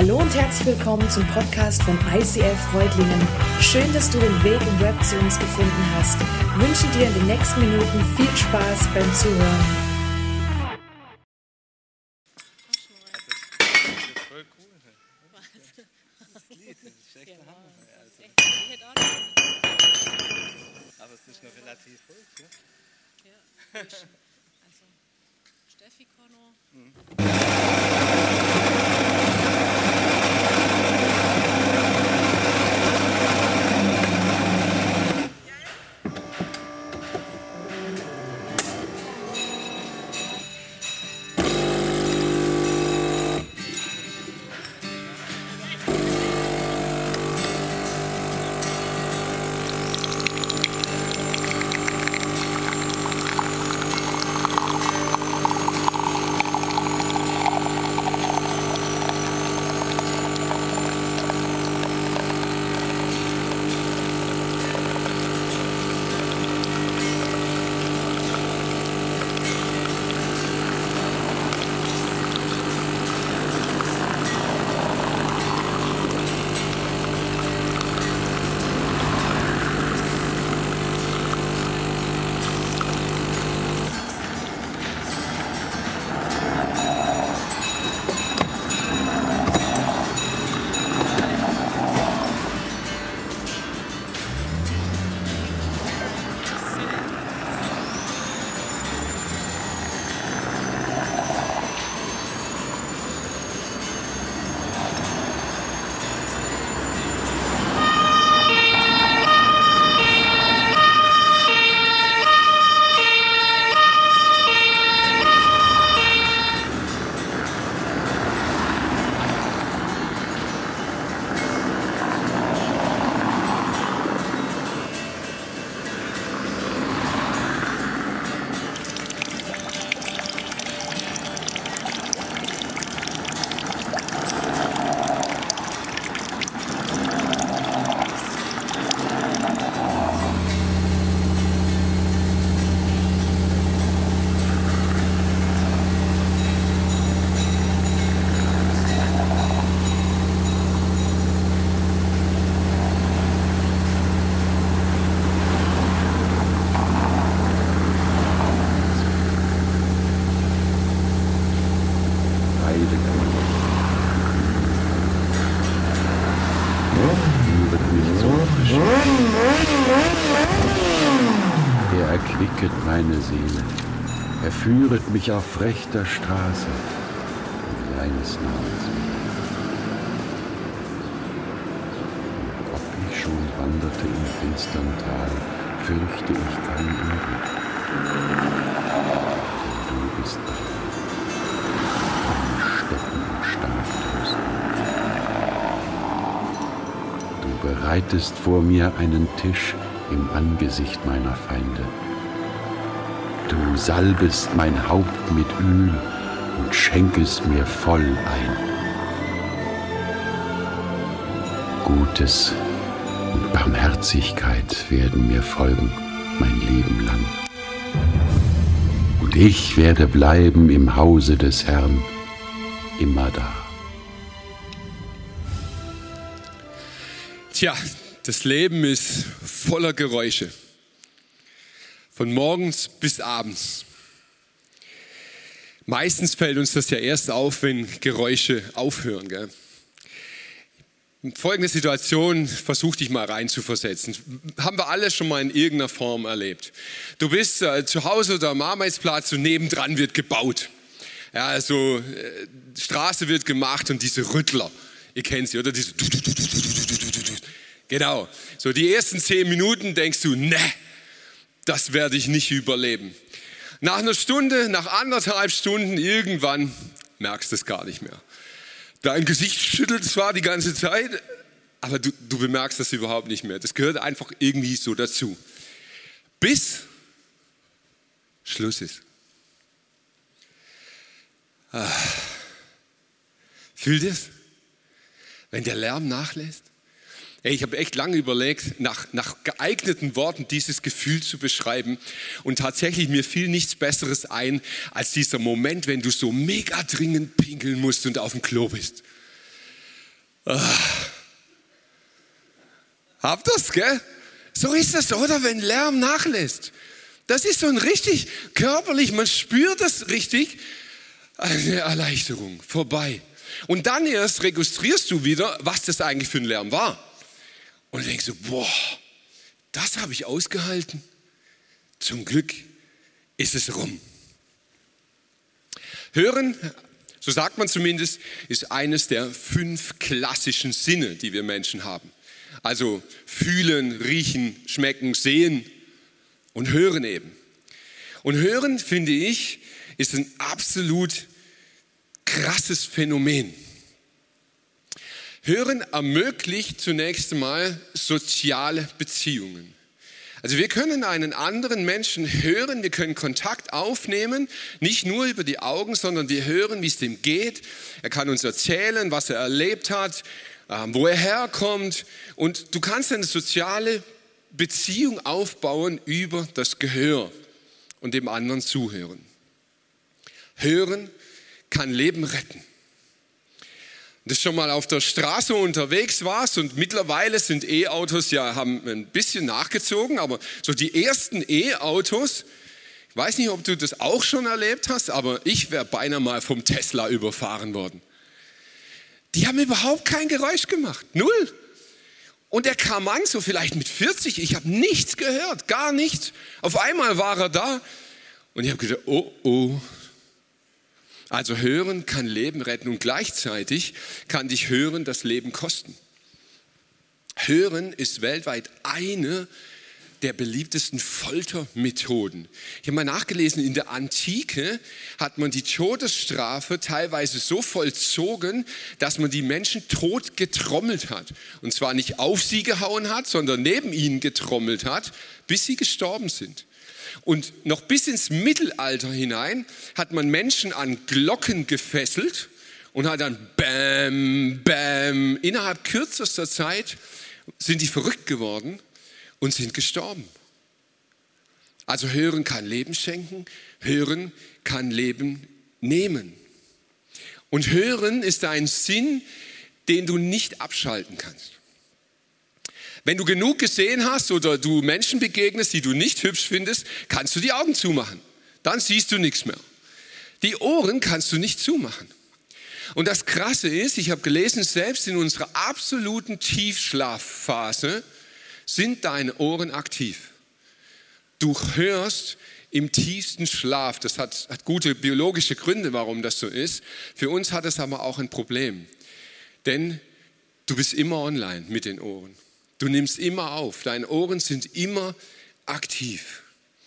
Hallo und herzlich willkommen zum Podcast von ICF Reutlingen. Schön, dass du den Weg im Web zu uns gefunden hast. Ich wünsche dir in den nächsten Minuten viel Spaß beim Zuhören. Das ist voll cool. Das Lied, das ist echt der Hammer. Aber es ist noch relativ hoch, ja? Ja, also Steffi kann noch. Er erquicket meine Seele, er führet mich auf rechter Straße, um seines Namens willen. Ob ich schon wanderte im finstern Tal, fürchte ich kein Unglück, denn du bist bei mir, dein Stecken und Stab trösten. Du bereitest vor mir einen Tisch im Angesicht meiner Feinde. Du salbest mein Haupt mit Öl und schenkest mir voll ein. Gutes und Barmherzigkeit werden mir folgen mein Leben lang. Und ich werde bleiben im Hause des Herrn, immer da. Tja, das Leben ist voller Geräusche. Von morgens bis abends. Meistens fällt uns das ja erst auf, wenn Geräusche aufhören. Gell? In folgende Situation versuch dich mal reinzuversetzen. Haben wir alle schon mal in irgendeiner Form erlebt. Du bist zu Hause oder am Arbeitsplatz und nebendran wird gebaut. Ja, also Straße wird gemacht und diese Rüttler, ihr kennt sie, oder? Diese Genau, so die ersten 10 Minuten denkst du, ne, das werde ich nicht überleben. Nach einer Stunde, nach 1,5 Stunden, irgendwann merkst du es gar nicht mehr. Dein Gesicht schüttelt zwar die ganze Zeit, aber du bemerkst das überhaupt nicht mehr. Das gehört einfach irgendwie so dazu. Bis Schluss ist. Fühlt ihr es? Wenn der Lärm nachlässt? Ich habe echt lange überlegt, nach geeigneten Worten dieses Gefühl zu beschreiben. Und tatsächlich, mir fiel nichts Besseres ein, als dieser Moment, wenn du so mega dringend pinkeln musst und auf dem Klo bist. Habt ihr's, gell? So ist das, oder? Wenn Lärm nachlässt. Das ist so ein richtig körperlich, man spürt das richtig, eine Erleichterung, vorbei. Und dann erst registrierst du wieder, was das eigentlich für ein Lärm war. Und du denkst so, boah, das habe ich ausgehalten. Zum Glück ist es rum. Hören, so sagt man zumindest, ist eines der 5 klassischen Sinne, die wir Menschen haben. Also fühlen, riechen, schmecken, sehen und hören eben. Und hören, finde ich, ist ein absolut krasses Phänomen. Hören ermöglicht zunächst einmal soziale Beziehungen. Also wir können einen anderen Menschen hören, wir können Kontakt aufnehmen, nicht nur über die Augen, sondern wir hören, wie es dem geht. Er kann uns erzählen, was er erlebt hat, wo er herkommt. Und du kannst eine soziale Beziehung aufbauen über das Gehör und dem anderen zuhören. Hören kann Leben retten. Das schon mal auf der Straße unterwegs warst und mittlerweile sind E-Autos haben ein bisschen nachgezogen, aber so die ersten E-Autos, ich weiß nicht, ob du das auch schon erlebt hast, aber ich wäre beinahe mal vom Tesla überfahren worden. Die haben überhaupt kein Geräusch gemacht, 0. Und der kam an, so vielleicht mit 40, ich habe nichts gehört, gar nichts. Auf einmal war er da und ich habe gedacht, oh. Also hören kann Leben retten und gleichzeitig kann dich hören das Leben kosten. Hören ist weltweit eine der beliebtesten Foltermethoden. Ich habe mal nachgelesen, in der Antike hat man die Todesstrafe teilweise so vollzogen, dass man die Menschen tot getrommelt hat. Und zwar nicht auf sie gehauen hat, sondern neben ihnen getrommelt hat, bis sie gestorben sind. Und noch bis ins Mittelalter hinein hat man Menschen an Glocken gefesselt und hat dann bam, bam. Innerhalb kürzester Zeit sind die verrückt geworden und sind gestorben. Also hören kann Leben schenken, hören kann Leben nehmen. Und hören ist ein Sinn, den du nicht abschalten kannst. Wenn du genug gesehen hast oder du Menschen begegnest, die du nicht hübsch findest, kannst du die Augen zumachen. Dann siehst du nichts mehr. Die Ohren kannst du nicht zumachen. Und das Krasse ist, ich habe gelesen, selbst in unserer absoluten Tiefschlafphase sind deine Ohren aktiv. Du hörst im tiefsten Schlaf. Das hat gute biologische Gründe, warum das so ist. Für uns hat es aber auch ein Problem. Denn du bist immer online mit den Ohren. Du nimmst immer auf, deine Ohren sind immer aktiv.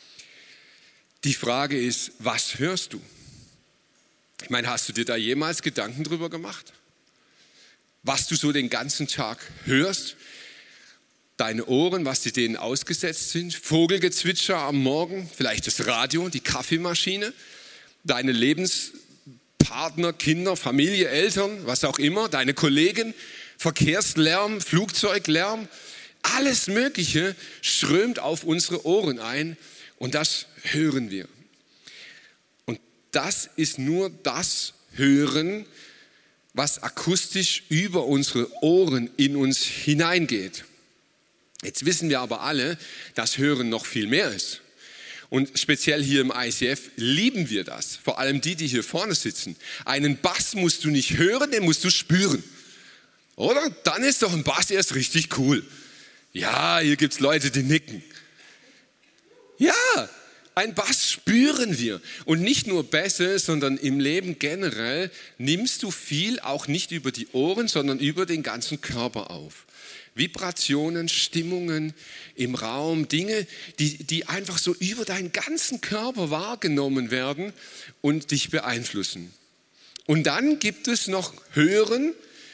Die Frage ist, was hörst du? Ich meine, hast du dir da jemals Gedanken drüber gemacht? Was du so den ganzen Tag hörst? Deine Ohren, was die denen ausgesetzt sind? Vogelgezwitscher am Morgen, vielleicht das Radio, die Kaffeemaschine, deine Lebenspartner, Kinder, Familie, Eltern, was auch immer, deine Kollegen, Verkehrslärm, Flugzeuglärm, alles Mögliche strömt auf unsere Ohren ein und das hören wir. Und das ist nur das Hören, was akustisch über unsere Ohren in uns hineingeht. Jetzt wissen wir aber alle, dass Hören noch viel mehr ist. Und speziell hier im ICF lieben wir das, vor allem die hier vorne sitzen. Einen Bass musst du nicht hören, den musst du spüren. Oder? Dann ist doch ein Bass erst richtig cool. Ja, hier gibt es Leute, die nicken. Ja, ein Bass spüren wir. Und nicht nur Bässe, sondern im Leben generell nimmst du viel auch nicht über die Ohren, sondern über den ganzen Körper auf. Vibrationen, Stimmungen im Raum, Dinge, die einfach so über deinen ganzen Körper wahrgenommen werden und dich beeinflussen. Und dann gibt es noch Hören,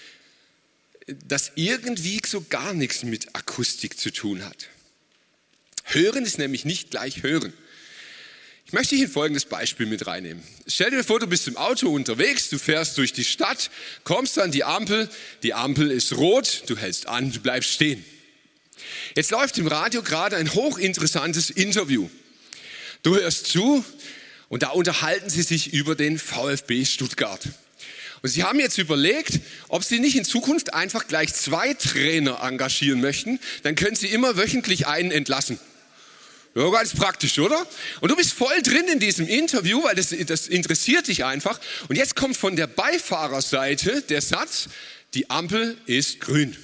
das irgendwie so gar nichts mit Akustik zu tun hat. Hören ist nämlich nicht gleich Hören. Ich möchte hier folgendes Beispiel mit reinnehmen. Stell dir vor, du bist im Auto unterwegs, du fährst durch die Stadt, kommst an die Ampel ist rot, du hältst an, du bleibst stehen. Jetzt läuft im Radio gerade ein hochinteressantes Interview. Du hörst zu und da unterhalten sie sich über den VfB Stuttgart. Und sie haben jetzt überlegt, ob sie nicht in Zukunft einfach gleich 2 Trainer engagieren möchten. Dann können sie immer wöchentlich einen entlassen. Ja, ganz praktisch, oder? Und du bist voll drin in diesem Interview, weil das interessiert dich einfach. Und jetzt kommt von der Beifahrerseite der Satz, die Ampel ist grün.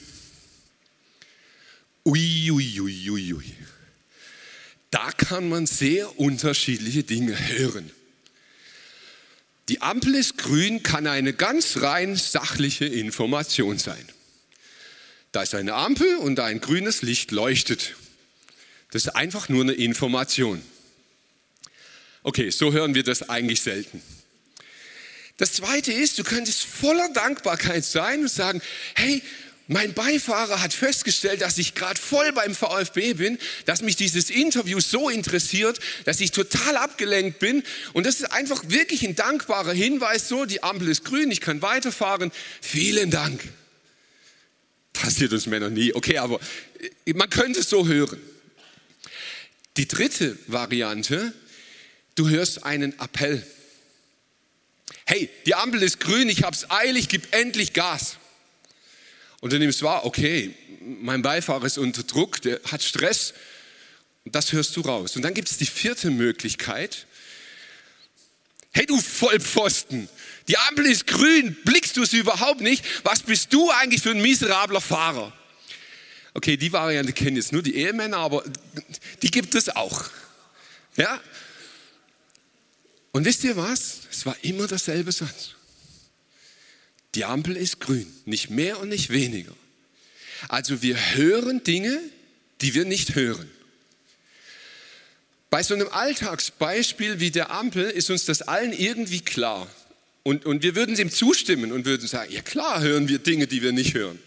Ui, ui, ui, ui, ui. Da kann man sehr unterschiedliche Dinge hören. Die Ampel ist grün kann eine ganz rein sachliche Information sein. Da ist eine Ampel und ein grünes Licht leuchtet. Das ist einfach nur eine Information. Okay, so hören wir das eigentlich selten. Das Zweite ist, du könntest voller Dankbarkeit sein und sagen, hey, mein Beifahrer hat festgestellt, dass ich gerade voll beim VfB bin, dass mich dieses Interview so interessiert, dass ich total abgelenkt bin. Und das ist einfach wirklich ein dankbarer Hinweis, so, die Ampel ist grün, ich kann weiterfahren. Vielen Dank. Passiert uns Männern nie. Okay, aber man könnte es so hören. Die dritte Variante, du hörst einen Appell. Hey, die Ampel ist grün, ich hab's eilig, gib endlich Gas. Und du nimmst wahr, okay, mein Beifahrer ist unter Druck, der hat Stress. Und das hörst du raus. Und dann gibt es die vierte Möglichkeit. Hey, du Vollpfosten, die Ampel ist grün, blickst du es überhaupt nicht? Was bist du eigentlich für ein miserabler Fahrer? Okay, die Variante kennen jetzt nur die Ehemänner, aber die gibt es auch. Ja? Und wisst ihr was? Es war immer derselbe Satz. Die Ampel ist grün, nicht mehr und nicht weniger. Also wir hören Dinge, die wir nicht hören. Bei so einem Alltagsbeispiel wie der Ampel ist uns das allen irgendwie klar. Und wir würden dem zustimmen und würden sagen, ja klar hören wir Dinge, die wir nicht hören.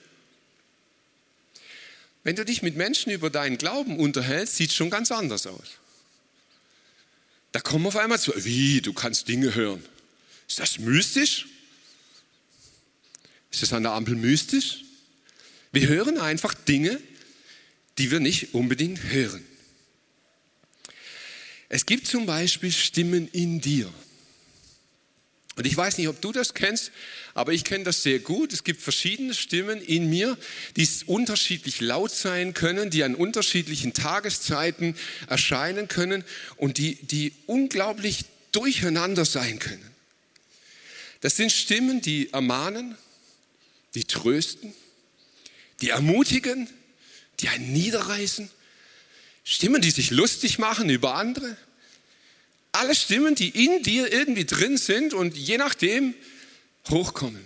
Wenn du dich mit Menschen über deinen Glauben unterhältst, sieht es schon ganz anders aus. Da kommen auf einmal zu, wie, du kannst Dinge hören. Ist das mystisch? Ist das an der Ampel mystisch? Wir hören einfach Dinge, die wir nicht unbedingt hören. Es gibt zum Beispiel Stimmen in dir. Und ich weiß nicht, ob du das kennst, aber ich kenne das sehr gut. Es gibt verschiedene Stimmen in mir, die unterschiedlich laut sein können, die an unterschiedlichen Tageszeiten erscheinen können und die unglaublich durcheinander sein können. Das sind Stimmen, die ermahnen, die trösten, die ermutigen, die einen niederreißen. Stimmen, die sich lustig machen über andere. Alle Stimmen, die in dir irgendwie drin sind und je nachdem hochkommen.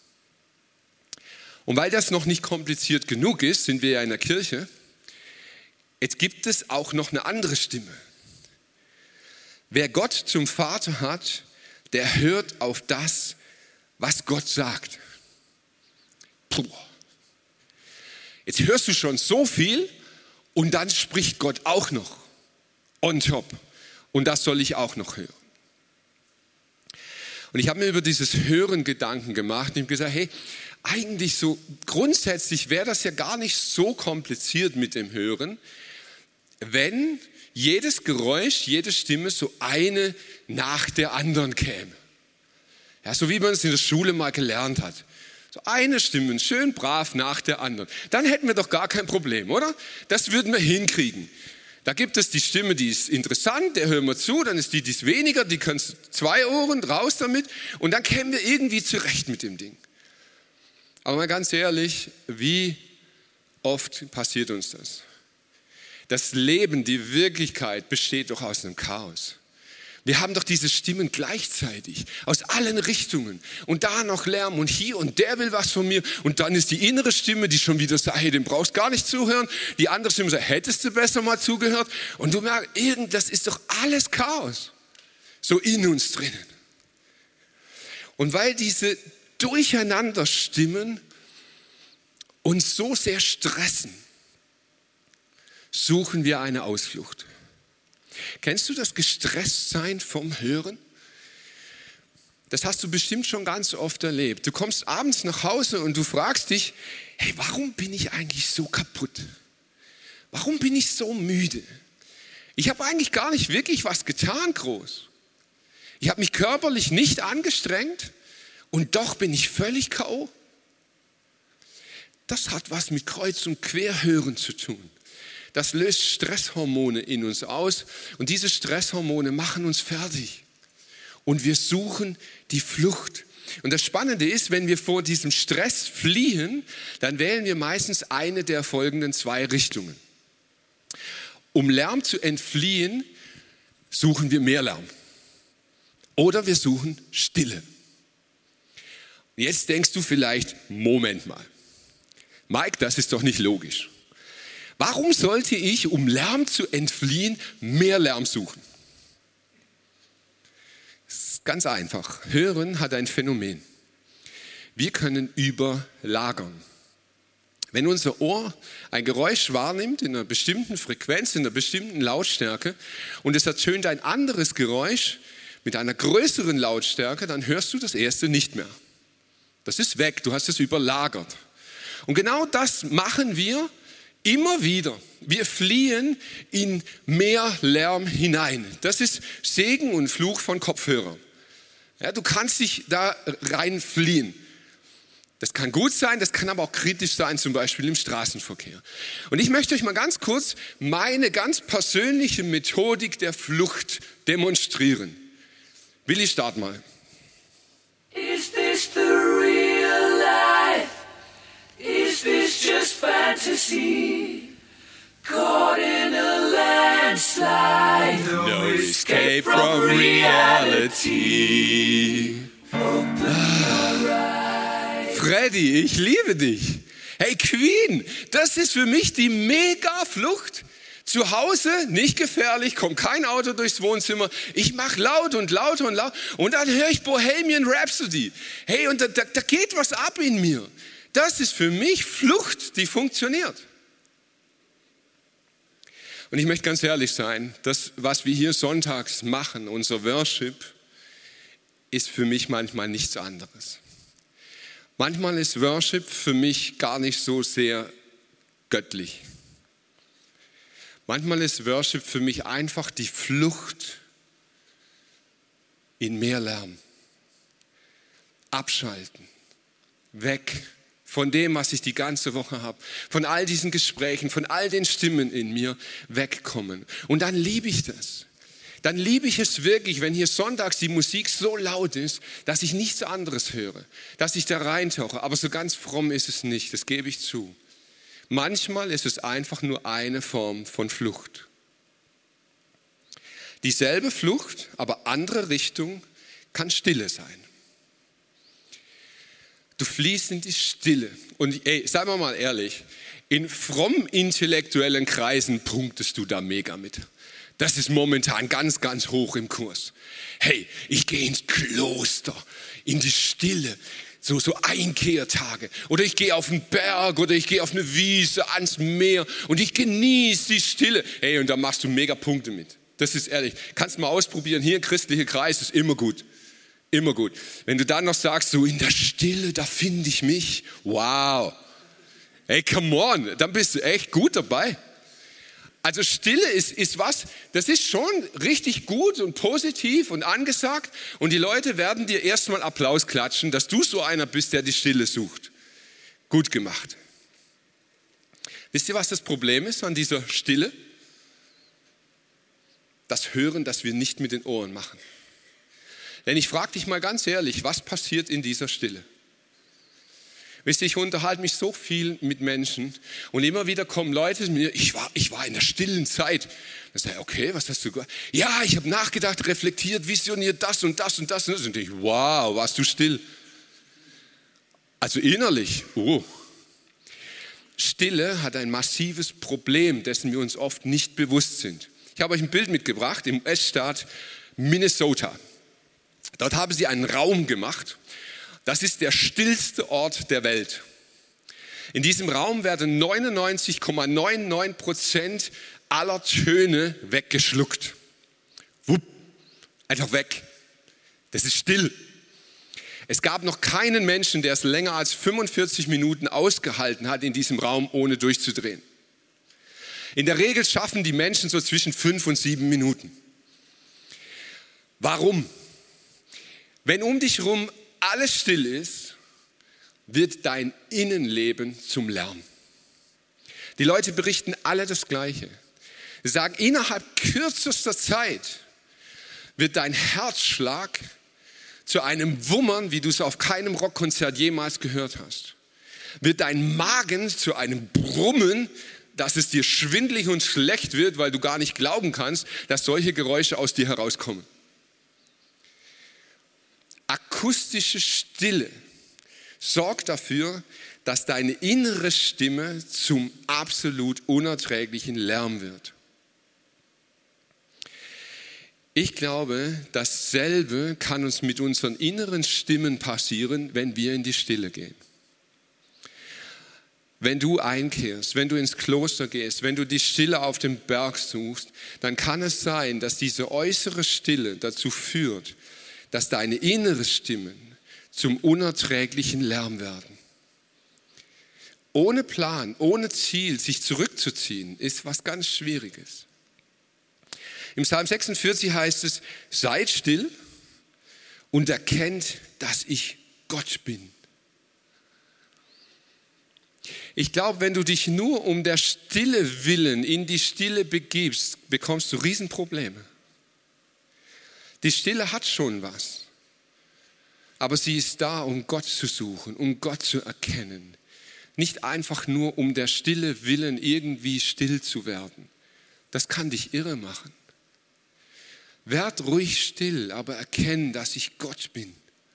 Und weil das noch nicht kompliziert genug ist, sind wir ja in der Kirche, jetzt gibt es auch noch eine andere Stimme. Wer Gott zum Vater hat, der hört auf das, was Gott sagt. Puh. Jetzt hörst du schon so viel und dann spricht Gott auch noch on top. Und das soll ich auch noch hören. Und ich habe mir über dieses Hören Gedanken gemacht und ich habe gesagt, hey, eigentlich so grundsätzlich wäre das ja gar nicht so kompliziert mit dem Hören, wenn jedes Geräusch, jede Stimme so eine nach der anderen käme. Ja, so wie man es in der Schule mal gelernt hat. So eine Stimme, schön brav nach der anderen. Dann hätten wir doch gar kein Problem, oder? Das würden wir hinkriegen. Da gibt es die Stimme, die ist interessant, der hören wir zu, dann ist die ist weniger, die kannst 2 Ohren, raus damit und dann kämen wir irgendwie zurecht mit dem Ding. Aber mal ganz ehrlich, wie oft passiert uns das? Das Leben, die Wirklichkeit besteht doch aus einem Chaos. Wir haben doch diese Stimmen gleichzeitig, aus allen Richtungen und da noch Lärm und hier und der will was von mir und dann ist die innere Stimme, die schon wieder sagt, hey, dem brauchst gar nicht zuhören. Die andere Stimme sagt, hättest du besser mal zugehört und du merkst, das ist doch alles Chaos, so in uns drinnen. Und weil diese Durcheinanderstimmen uns so sehr stressen, suchen wir eine Ausflucht. Kennst du das Gestresstsein vom Hören? Das hast du bestimmt schon ganz oft erlebt. Du kommst abends nach Hause und du fragst dich, hey, warum bin ich eigentlich so kaputt? Warum bin ich so müde? Ich habe eigentlich gar nicht wirklich was getan groß. Ich habe mich körperlich nicht angestrengt und doch bin ich völlig K.O.? Das hat was mit Kreuz- und Querhören zu tun. Das löst Stresshormone in uns aus und diese Stresshormone machen uns fertig. Und wir suchen die Flucht. Und das Spannende ist, wenn wir vor diesem Stress fliehen, dann wählen wir meistens eine der folgenden 2 Richtungen. Um Lärm zu entfliehen, suchen wir mehr Lärm. Oder wir suchen Stille. Jetzt denkst du vielleicht, Moment mal, Mike, das ist doch nicht logisch. Warum sollte ich, um Lärm zu entfliehen, mehr Lärm suchen? Das ist ganz einfach. Hören hat ein Phänomen. Wir können überlagern. Wenn unser Ohr ein Geräusch wahrnimmt in einer bestimmten Frequenz, in einer bestimmten Lautstärke und es ertönt ein anderes Geräusch mit einer größeren Lautstärke, dann hörst du das erste nicht mehr. Das ist weg, du hast es überlagert. Und genau das machen wir immer wieder. Wir fliehen in mehr Lärm hinein. Das ist Segen und Fluch von Kopfhörern. Ja, du kannst dich da rein fliehen. Das kann gut sein, das kann aber auch kritisch sein, zum Beispiel im Straßenverkehr. Und ich möchte euch mal ganz kurz meine ganz persönliche Methodik der Flucht demonstrieren. Willi, start mal. Is this the real life? Is this just fantasy? Caught in a landslide, No escape from reality. Freddy, ich liebe dich. Hey Queen, das ist für mich die Mega-Flucht. Zu Hause, nicht gefährlich, kommt kein Auto durchs Wohnzimmer. Ich mache laut und lauter und laut. Und dann höre ich Bohemian Rhapsody. Hey, und da geht was ab in mir. Das ist für mich Flucht, die funktioniert. Und ich möchte ganz ehrlich sein, das, was wir hier sonntags machen, unser Worship, ist für mich manchmal nichts anderes. Manchmal ist Worship für mich gar nicht so sehr göttlich. Manchmal ist Worship für mich einfach die Flucht in mehr Lärm. Abschalten, weg von dem, was ich die ganze Woche habe, von all diesen Gesprächen, von all den Stimmen in mir wegkommen. Und dann liebe ich das. Dann liebe ich es wirklich, wenn hier sonntags die Musik so laut ist, dass ich nichts anderes höre, dass ich da reintauche. Aber so ganz fromm ist es nicht, das gebe ich zu. Manchmal ist es einfach nur eine Form von Flucht. Dieselbe Flucht, aber andere Richtung, kann Stille sein. Du fliehst in die Stille. Und ey, sagen wir mal ehrlich, in fromm intellektuellen Kreisen punktest du da mega mit. Das ist momentan ganz, ganz hoch im Kurs. Hey, ich gehe ins Kloster, in die Stille, so Einkehrtage. Oder ich gehe auf den Berg oder ich gehe auf eine Wiese, ans Meer und ich genieße die Stille. Hey, und da machst du mega Punkte mit. Das ist ehrlich. Kannst mal ausprobieren. Hier, christliche Kreis, ist immer gut. Immer gut. Wenn du dann noch sagst, so in der Stille, da finde ich mich. Wow. Hey, come on, dann bist du echt gut dabei. Also Stille ist was, das ist schon richtig gut und positiv und angesagt. Und die Leute werden dir erstmal Applaus klatschen, dass du so einer bist, der die Stille sucht. Gut gemacht. Wisst ihr, was das Problem ist an dieser Stille? Das Hören, das wir nicht mit den Ohren machen. Denn ich frage dich mal ganz ehrlich, was passiert in dieser Stille? Wisst ihr, ich unterhalte mich so viel mit Menschen und immer wieder kommen Leute zu mir, ich war in der stillen Zeit. Dann sage ich, okay, was hast du gemacht? Ja, ich habe nachgedacht, reflektiert, visioniert, das und das und das. Und dann denke ich, wow, warst du still? Also innerlich, Stille hat ein massives Problem, dessen wir uns oft nicht bewusst sind. Ich habe euch ein Bild mitgebracht im US-Staat Minnesota. Dort haben sie einen Raum gemacht. Das ist der stillste Ort der Welt. In diesem Raum werden 99,99% aller Töne weggeschluckt. Wupp, einfach weg. Das ist still. Es gab noch keinen Menschen, der es länger als 45 Minuten ausgehalten hat in diesem Raum, ohne durchzudrehen. In der Regel schaffen die Menschen so zwischen 5 und 7 Minuten. Warum? Wenn um dich herum alles still ist, wird dein Innenleben zum Lärm. Die Leute berichten alle das Gleiche. Sie sagen, innerhalb kürzester Zeit wird dein Herzschlag zu einem Wummern, wie du es auf keinem Rockkonzert jemals gehört hast. Wird dein Magen zu einem Brummen, dass es dir schwindelig und schlecht wird, weil du gar nicht glauben kannst, dass solche Geräusche aus dir herauskommen. Akustische Stille sorgt dafür, dass deine innere Stimme zum absolut unerträglichen Lärm wird. Ich glaube, dasselbe kann uns mit unseren inneren Stimmen passieren, wenn wir in die Stille gehen. Wenn du einkehrst, wenn du ins Kloster gehst, wenn du die Stille auf dem Berg suchst, dann kann es sein, dass diese äußere Stille dazu führt, dass deine innere Stimmen zum unerträglichen Lärm werden. Ohne Plan, ohne Ziel, sich zurückzuziehen, ist was ganz Schwieriges. Im Psalm 46 heißt es, seid still und erkennt, dass ich Gott bin. Ich glaube, wenn du dich nur um der Stille willen in die Stille begibst, bekommst du Riesenprobleme. Die Stille hat schon was, aber sie ist da, um Gott zu suchen, um Gott zu erkennen. Nicht einfach nur um der Stille willen irgendwie still zu werden. Das kann dich irre machen. Werd ruhig still, aber erkenn, dass ich Gott bin.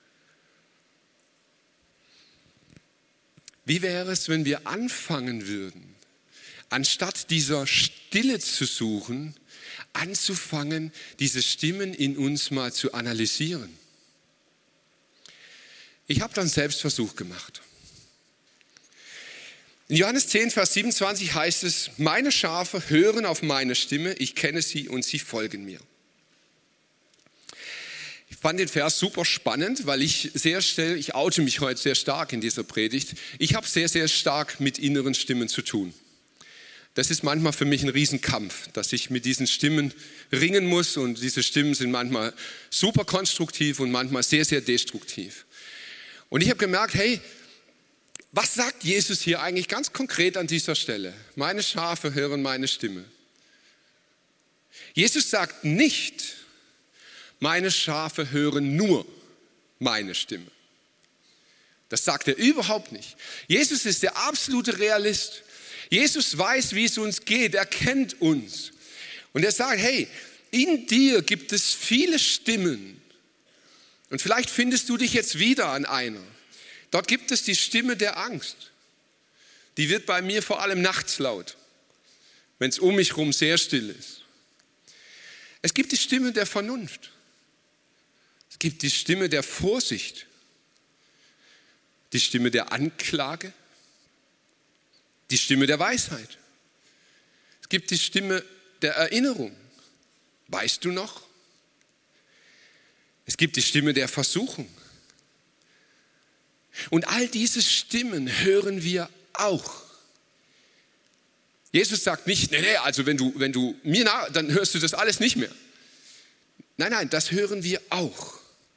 Wie wäre es, wenn wir anfangen würden, anstatt dieser Stille zu suchen, anzufangen, diese Stimmen in uns mal zu analysieren? Ich habe dann einen Selbstversuch gemacht. In Johannes 10, Vers 27 heißt es, meine Schafe hören auf meine Stimme, ich kenne sie und sie folgen mir. Ich fand den Vers super spannend, weil ich oute mich heute sehr stark in dieser Predigt. Ich habe sehr, sehr stark mit inneren Stimmen zu tun. Das ist manchmal für mich ein Riesenkampf, dass ich mit diesen Stimmen ringen muss und diese Stimmen sind manchmal super konstruktiv und manchmal sehr, sehr destruktiv. Und ich habe gemerkt, hey, was sagt Jesus hier eigentlich ganz konkret an dieser Stelle? Meine Schafe hören meine Stimme. Jesus sagt nicht, meine Schafe hören nur meine Stimme. Das sagt er überhaupt nicht. Jesus ist der absolute Realist. Jesus weiß, wie es uns geht. Er kennt uns. Und er sagt, hey, in dir gibt es viele Stimmen. Und vielleicht findest du dich jetzt wieder an einer. Dort gibt es die Stimme der Angst. Die wird bei mir vor allem nachts laut, wenn es um mich herum sehr still ist. Es gibt die Stimme der Vernunft. Es gibt die Stimme der Vorsicht, die Stimme der Anklage, die Stimme der Weisheit. Es gibt die Stimme der Erinnerung. Weißt du noch? Es gibt die Stimme der Versuchung. Und all diese Stimmen hören wir auch. Jesus sagt nicht, nee, also wenn du mir dann hörst du das alles nicht mehr. Nein, das hören wir auch.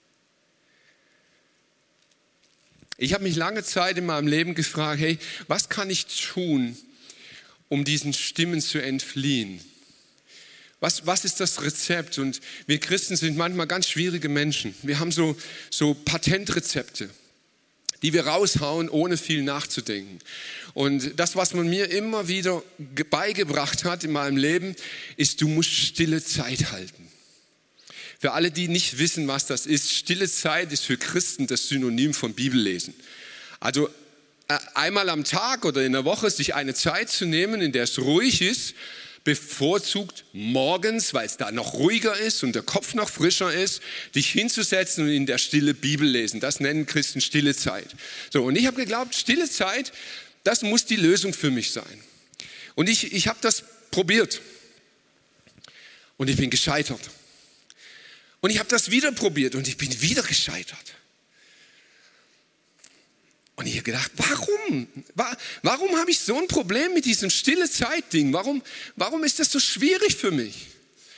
Ich habe mich lange Zeit in meinem Leben gefragt, hey, was kann ich tun, um diesen Stimmen zu entfliehen? Was ist das Rezept? Und wir Christen sind manchmal ganz schwierige Menschen. Wir haben so Patentrezepte, die wir raushauen, ohne viel nachzudenken. Und das, was man mir immer wieder beigebracht hat in meinem Leben, ist, du musst stille Zeit halten. Für alle, die nicht wissen, was das ist, stille Zeit ist für Christen das Synonym von Bibellesen. Also einmal am Tag oder in der Woche sich eine Zeit zu nehmen, in der es ruhig ist, bevorzugt morgens, weil es da noch ruhiger ist und der Kopf noch frischer ist, dich hinzusetzen und in der Stille Bibel lesen. Das nennen Christen stille Zeit. So, und ich habe geglaubt, stille Zeit, das muss die Lösung für mich sein. Und ich habe das probiert und ich bin gescheitert. Und ich habe das wieder probiert und ich bin wieder gescheitert. Und ich habe gedacht, warum habe ich so ein Problem mit diesem stille Zeit-Ding? Warum ist das so schwierig für mich?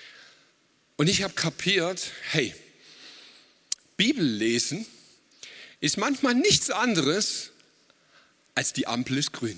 Und ich habe kapiert, hey, Bibel lesen ist manchmal nichts anderes als die Ampel ist grün.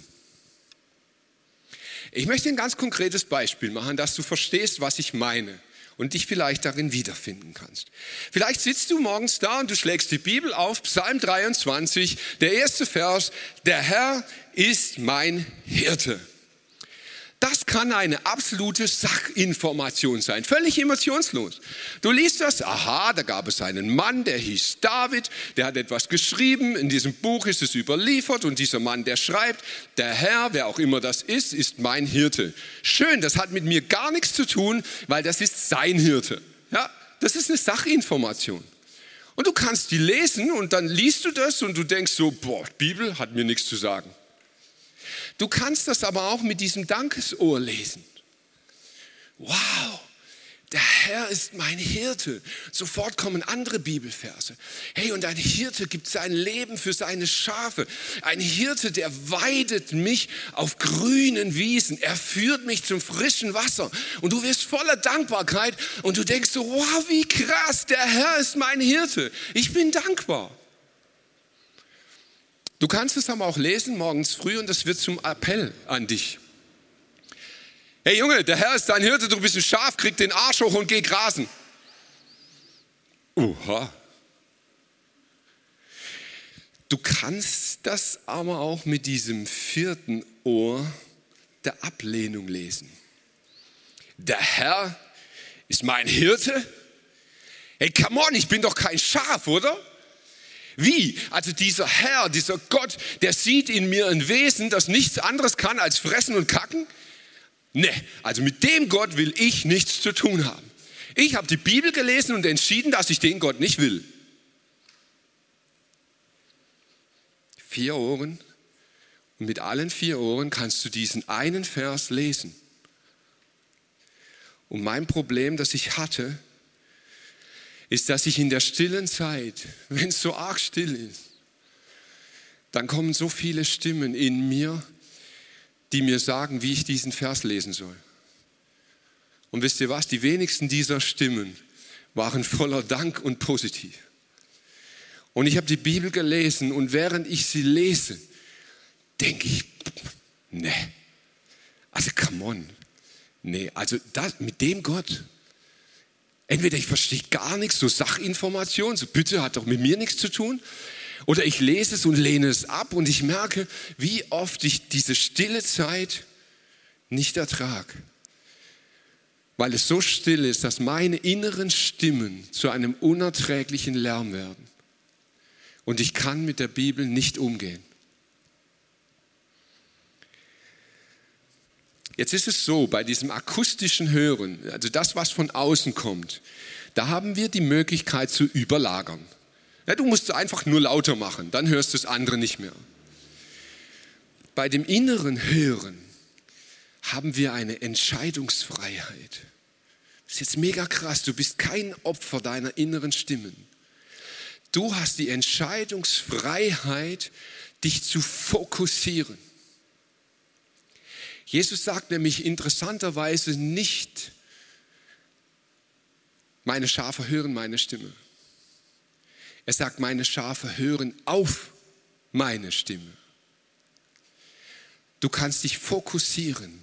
Ich möchte ein ganz konkretes Beispiel machen, dass du verstehst, was ich meine und dich vielleicht darin wiederfinden kannst. Vielleicht sitzt du morgens da und du schlägst die Bibel auf, Psalm 23, der erste Vers, der Herr ist mein Hirte. Das kann eine absolute Sachinformation sein, völlig emotionslos. Du liest das, aha, da gab es einen Mann, der hieß David, der hat etwas geschrieben, in diesem Buch ist es überliefert und dieser Mann, der schreibt, der Herr, wer auch immer das ist mein Hirte. Schön, das hat mit mir gar nichts zu tun, weil das ist sein Hirte. Ja, das ist eine Sachinformation. Und du kannst die lesen und dann liest du das und du denkst so, boah, Bibel hat mir nichts zu sagen. Du kannst das aber auch mit diesem Dankesohr lesen. Wow, der Herr ist mein Hirte. Sofort kommen andere Bibelverse. Hey, und ein Hirte gibt sein Leben für seine Schafe. Ein Hirte, der weidet mich auf grünen Wiesen. Er führt mich zum frischen Wasser. Und du wirst voller Dankbarkeit und du denkst so, wow, wie krass, der Herr ist mein Hirte. Ich bin dankbar. Du kannst es aber auch lesen morgens früh und das wird zum Appell an dich. Hey Junge, der Herr ist dein Hirte, du bist ein Schaf, krieg den Arsch hoch und geh grasen. Oha. Du kannst das aber auch mit diesem vierten Ohr der Ablehnung lesen. Der Herr ist mein Hirte? Hey, come on, ich bin doch kein Schaf, oder? Wie? Also dieser Herr, dieser Gott, der sieht in mir ein Wesen, das nichts anderes kann als fressen und kacken? Ne, also mit dem Gott will ich nichts zu tun haben. Ich habe die Bibel gelesen und entschieden, dass ich den Gott nicht will. 4 Ohren und mit allen 4 Ohren kannst du diesen einen Vers lesen. Und mein Problem, das ich hatte, ist, dass ich in der stillen Zeit, wenn es so arg still ist, dann kommen so viele Stimmen in mir, die mir sagen, wie ich diesen Vers lesen soll. Und wisst ihr was? Die wenigsten dieser Stimmen waren voller Dank und positiv. Und ich habe die Bibel gelesen und während ich sie lese, denke ich, ne, also come on, ne, also das, mit dem Gott, entweder ich verstehe gar nichts, so Sachinformationen, so bitte hat doch mit mir nichts zu tun. Oder ich lese es und lehne es ab und ich merke, wie oft ich diese stille Zeit nicht ertrage. Weil es so still ist, dass meine inneren Stimmen zu einem unerträglichen Lärm werden. Und ich kann mit der Bibel nicht umgehen. Jetzt ist es so, bei diesem akustischen Hören, also das, was von außen kommt, da haben wir die Möglichkeit zu überlagern. Ja, du musst es einfach nur lauter machen, dann hörst du das andere nicht mehr. Bei dem inneren Hören haben wir eine Entscheidungsfreiheit. Das ist jetzt mega krass, du bist kein Opfer deiner inneren Stimmen. Du hast die Entscheidungsfreiheit, dich zu fokussieren. Jesus sagt nämlich interessanterweise nicht, meine Schafe hören meine Stimme. Er sagt, meine Schafe hören auf meine Stimme. Du kannst dich fokussieren.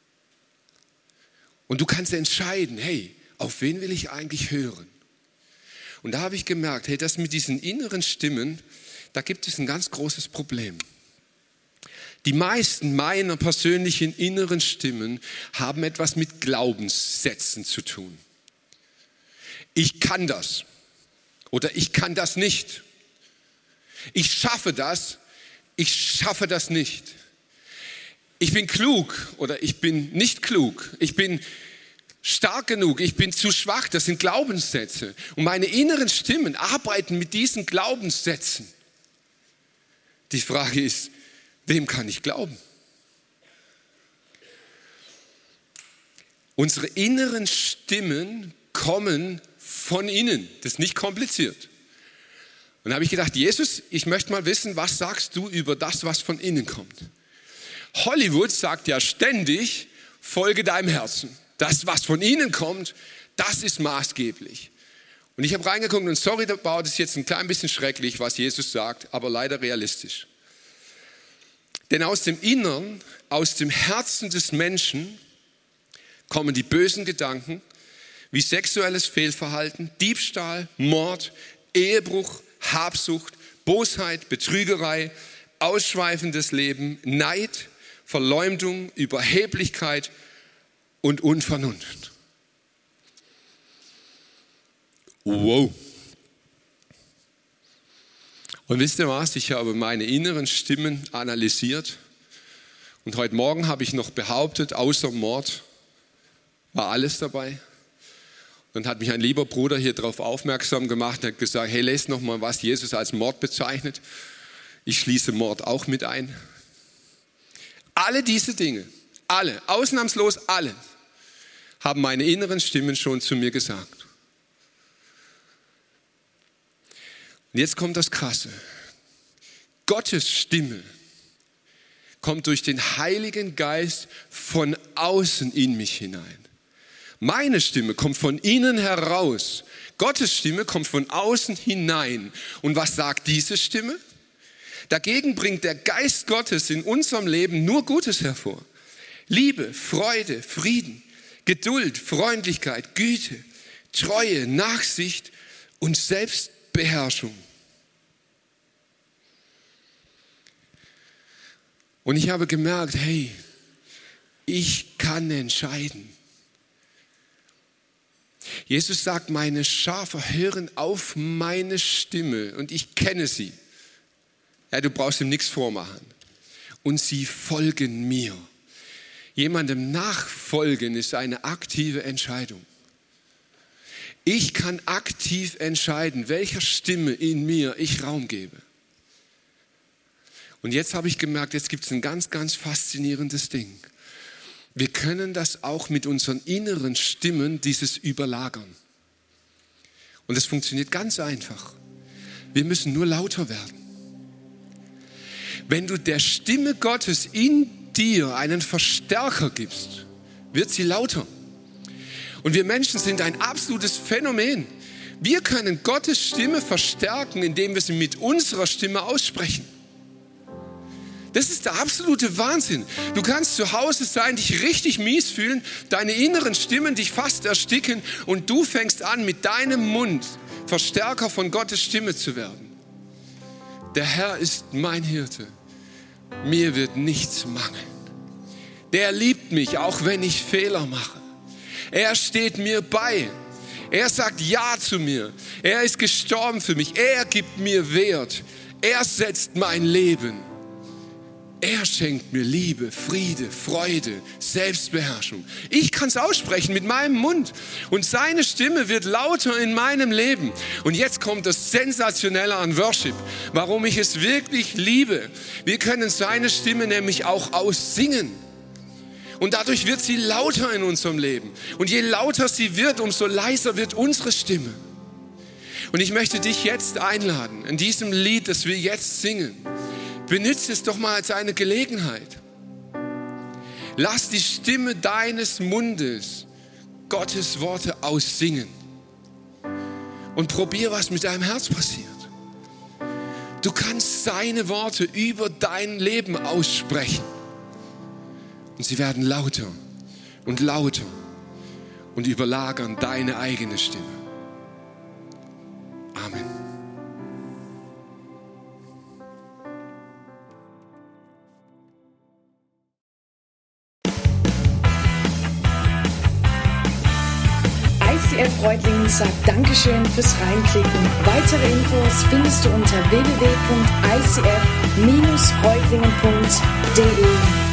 Und du kannst entscheiden, hey, auf wen will ich eigentlich hören? Und da habe ich gemerkt, hey, das mit diesen inneren Stimmen, da gibt es ein ganz großes Problem. Die meisten meiner persönlichen inneren Stimmen haben etwas mit Glaubenssätzen zu tun. Ich kann das oder ich kann das nicht. Ich schaffe das nicht. Ich bin klug oder ich bin nicht klug. Ich bin stark genug, ich bin zu schwach. Das sind Glaubenssätze. Und meine inneren Stimmen arbeiten mit diesen Glaubenssätzen. Die Frage ist, wem kann ich glauben? Unsere inneren Stimmen kommen von innen. Das ist nicht kompliziert. Und da habe ich gedacht, Jesus, ich möchte mal wissen, was sagst du über das, was von innen kommt? Hollywood sagt ja ständig, folge deinem Herzen. Das, was von innen kommt, das ist maßgeblich. Und ich habe reingeguckt und sorry, das ist jetzt ein klein bisschen schrecklich, was Jesus sagt, aber leider realistisch. Denn aus dem Innern, aus dem Herzen des Menschen kommen die bösen Gedanken wie sexuelles Fehlverhalten, Diebstahl, Mord, Ehebruch, Habsucht, Bosheit, Betrügerei, ausschweifendes Leben, Neid, Verleumdung, Überheblichkeit und Unvernunft. Wow. Und wisst ihr was? Ich habe meine inneren Stimmen analysiert und heute Morgen habe ich noch behauptet, außer Mord war alles dabei. Dann hat mich ein lieber Bruder hier darauf aufmerksam gemacht und hat gesagt, hey, lest noch mal, was Jesus als Mord bezeichnet. Ich schließe Mord auch mit ein. Alle diese Dinge, alle, ausnahmslos alle, haben meine inneren Stimmen schon zu mir gesagt. Und jetzt kommt das Krasse. Gottes Stimme kommt durch den Heiligen Geist von außen in mich hinein. Meine Stimme kommt von innen heraus. Gottes Stimme kommt von außen hinein. Und was sagt diese Stimme? Dagegen bringt der Geist Gottes in unserem Leben nur Gutes hervor. Liebe, Freude, Frieden, Geduld, Freundlichkeit, Güte, Treue, Nachsicht und Selbstbeherrschung. Und ich habe gemerkt, hey, ich kann entscheiden. Jesus sagt, meine Schafe hören auf meine Stimme und ich kenne sie. Ja, du brauchst ihm nichts vormachen. Und sie folgen mir. Jemandem nachfolgen ist eine aktive Entscheidung. Ich kann aktiv entscheiden, welcher Stimme in mir ich Raum gebe. Und jetzt habe ich gemerkt, jetzt gibt es ein ganz, ganz faszinierendes Ding. Wir können das auch mit unseren inneren Stimmen, dieses überlagern. Und es funktioniert ganz einfach. Wir müssen nur lauter werden. Wenn du der Stimme Gottes in dir einen Verstärker gibst, wird sie lauter. Und wir Menschen sind ein absolutes Phänomen. Wir können Gottes Stimme verstärken, indem wir sie mit unserer Stimme aussprechen. Das ist der absolute Wahnsinn. Du kannst zu Hause sein, dich richtig mies fühlen, deine inneren Stimmen dich fast ersticken und du fängst an, mit deinem Mund Verstärker von Gottes Stimme zu werden. Der Herr ist mein Hirte. Mir wird nichts mangeln. Der liebt mich, auch wenn ich Fehler mache. Er steht mir bei. Er sagt Ja zu mir. Er ist gestorben für mich. Er gibt mir Wert. Er setzt mein Leben. Er schenkt mir Liebe, Friede, Freude, Selbstbeherrschung. Ich kann es aussprechen mit meinem Mund. Und seine Stimme wird lauter in meinem Leben. Und jetzt kommt das Sensationelle an Worship, warum ich es wirklich liebe. Wir können seine Stimme nämlich auch aussingen. Und dadurch wird sie lauter in unserem Leben. Und je lauter sie wird, umso leiser wird unsere Stimme. Und ich möchte dich jetzt einladen, in diesem Lied, das wir jetzt singen, benütze es doch mal als eine Gelegenheit. Lass die Stimme deines Mundes Gottes Worte aussingen. Und probier, was mit deinem Herz passiert. Du kannst seine Worte über dein Leben aussprechen. Und sie werden lauter und lauter und überlagern deine eigene Stimme. Amen. ICF Reutlingen sagt Dankeschön fürs Reinklicken. Weitere Infos findest du unter www.icf-reutlingen.de.